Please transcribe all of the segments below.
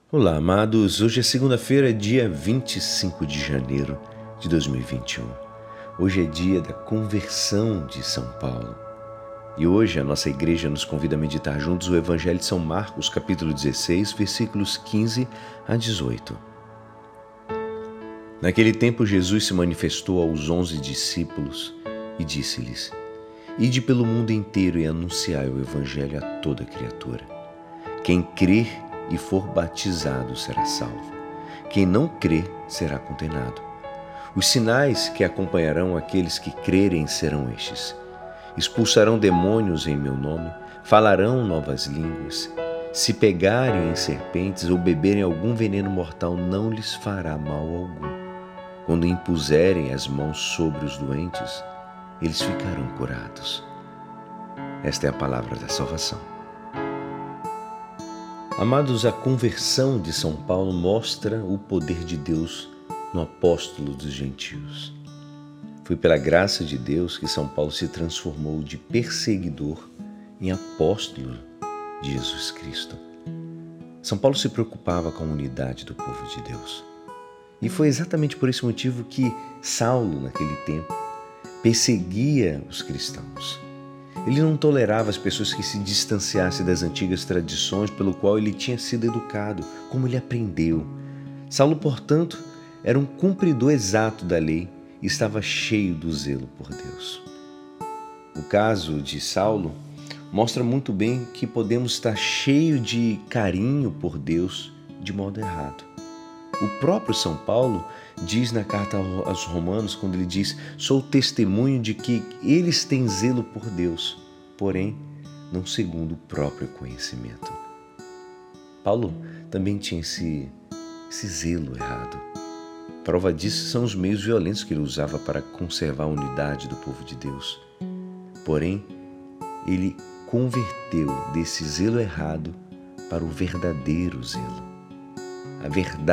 Olá, amados. Hoje é segunda-feira, dia 25 de janeiro de 2021. Hoje é dia da conversão de São Paulo. E hoje a nossa igreja nos convida a meditar juntos o Evangelho de São Marcos, capítulo 16, versículos 15 a 18. Naquele tempo, Jesus se manifestou aos 11 discípulos e disse-lhes: Ide pelo mundo inteiro e anunciai o Evangelho a toda criatura. Quem crer e for batizado será salvo. Quem não crer será condenado. Os sinais que acompanharão aqueles que crerem serão estes: expulsarão demônios em meu nome, falarão novas línguas. Se pegarem em serpentes ou beberem algum veneno mortal, não lhes fará mal algum. Quando impuserem as mãos sobre os doentes, eles ficarão curados. Esta é a palavra da salvação. Amados, a conversão de São Paulo mostra o poder de Deus no apóstolo dos gentios. Foi pela graça de Deus que São Paulo se transformou de perseguidor em apóstolo de Jesus Cristo. São Paulo se preocupava com a unidade do povo de Deus. E foi exatamente por esse motivo que Saulo, naquele tempo, perseguia os cristãos. Ele não tolerava as pessoas que se distanciassem das antigas tradições pelo qual ele tinha sido educado, como ele aprendeu. Saulo, portanto, era um cumpridor exato da lei e estava cheio do zelo por Deus. O caso de Saulo mostra muito bem que podemos estar cheio de carinho por Deus de modo errado. O próprio São Paulo diz na carta aos Romanos, quando ele diz: sou testemunho de que eles têm zelo por Deus, porém não segundo o próprio conhecimento. Paulo também tinha esse zelo errado. Prova disso são os meios violentos que ele usava para conservar a unidade do povo de Deus. Porém, ele converteu desse zelo errado para o verdadeiro zelo. A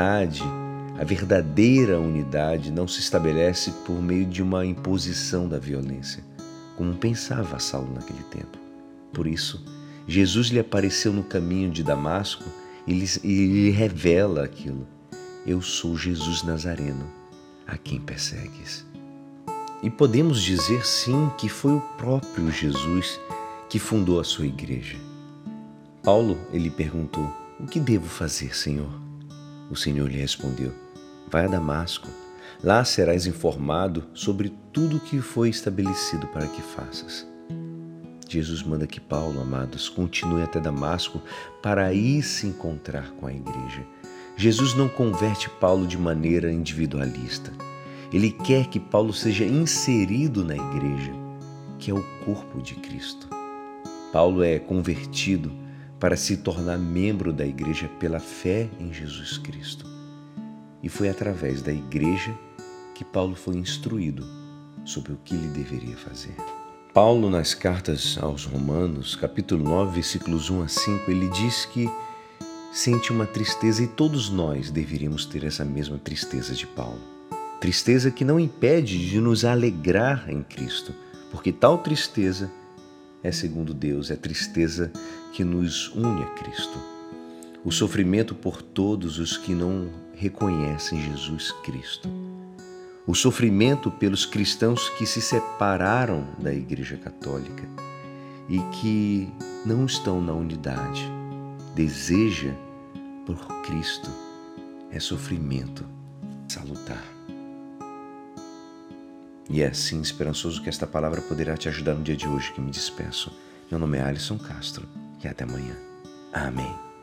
verdadeira unidade não se estabelece por meio de uma imposição da violência, como pensava Saulo naquele tempo. Por isso, Jesus lhe apareceu no caminho de Damasco e lhe revela aquilo: eu sou Jesus Nazareno, a quem persegues. E podemos dizer sim que foi o próprio Jesus que fundou a sua igreja. Paulo, ele perguntou: o que devo fazer, Senhor? O Senhor lhe respondeu: vai a Damasco, lá serás informado sobre tudo o que foi estabelecido para que faças. Jesus manda que Paulo, amados, continue até Damasco para aí se encontrar com a igreja. Jesus não converte Paulo de maneira individualista. Ele quer que Paulo seja inserido na igreja, que é o corpo de Cristo. Paulo é convertido para se tornar membro da igreja pela fé em Jesus Cristo. E foi através da igreja que Paulo foi instruído sobre o que ele deveria fazer. Paulo, nas cartas aos Romanos, capítulo 9, versículos 1 a 5, ele diz que sente uma tristeza e todos nós deveríamos ter essa mesma tristeza de Paulo. Tristeza que não impede de nos alegrar em Cristo, porque tal tristeza é, segundo Deus, é tristeza que nos une a Cristo. O sofrimento por todos os que não reconhecem Jesus Cristo. O sofrimento pelos cristãos que se separaram da Igreja Católica e que não estão na unidade. Deseja por Cristo é sofrimento salutar. E é assim esperançoso que esta palavra poderá te ajudar no dia de hoje, que me despeço. Meu nome é Alisson Castro e até amanhã. Amém.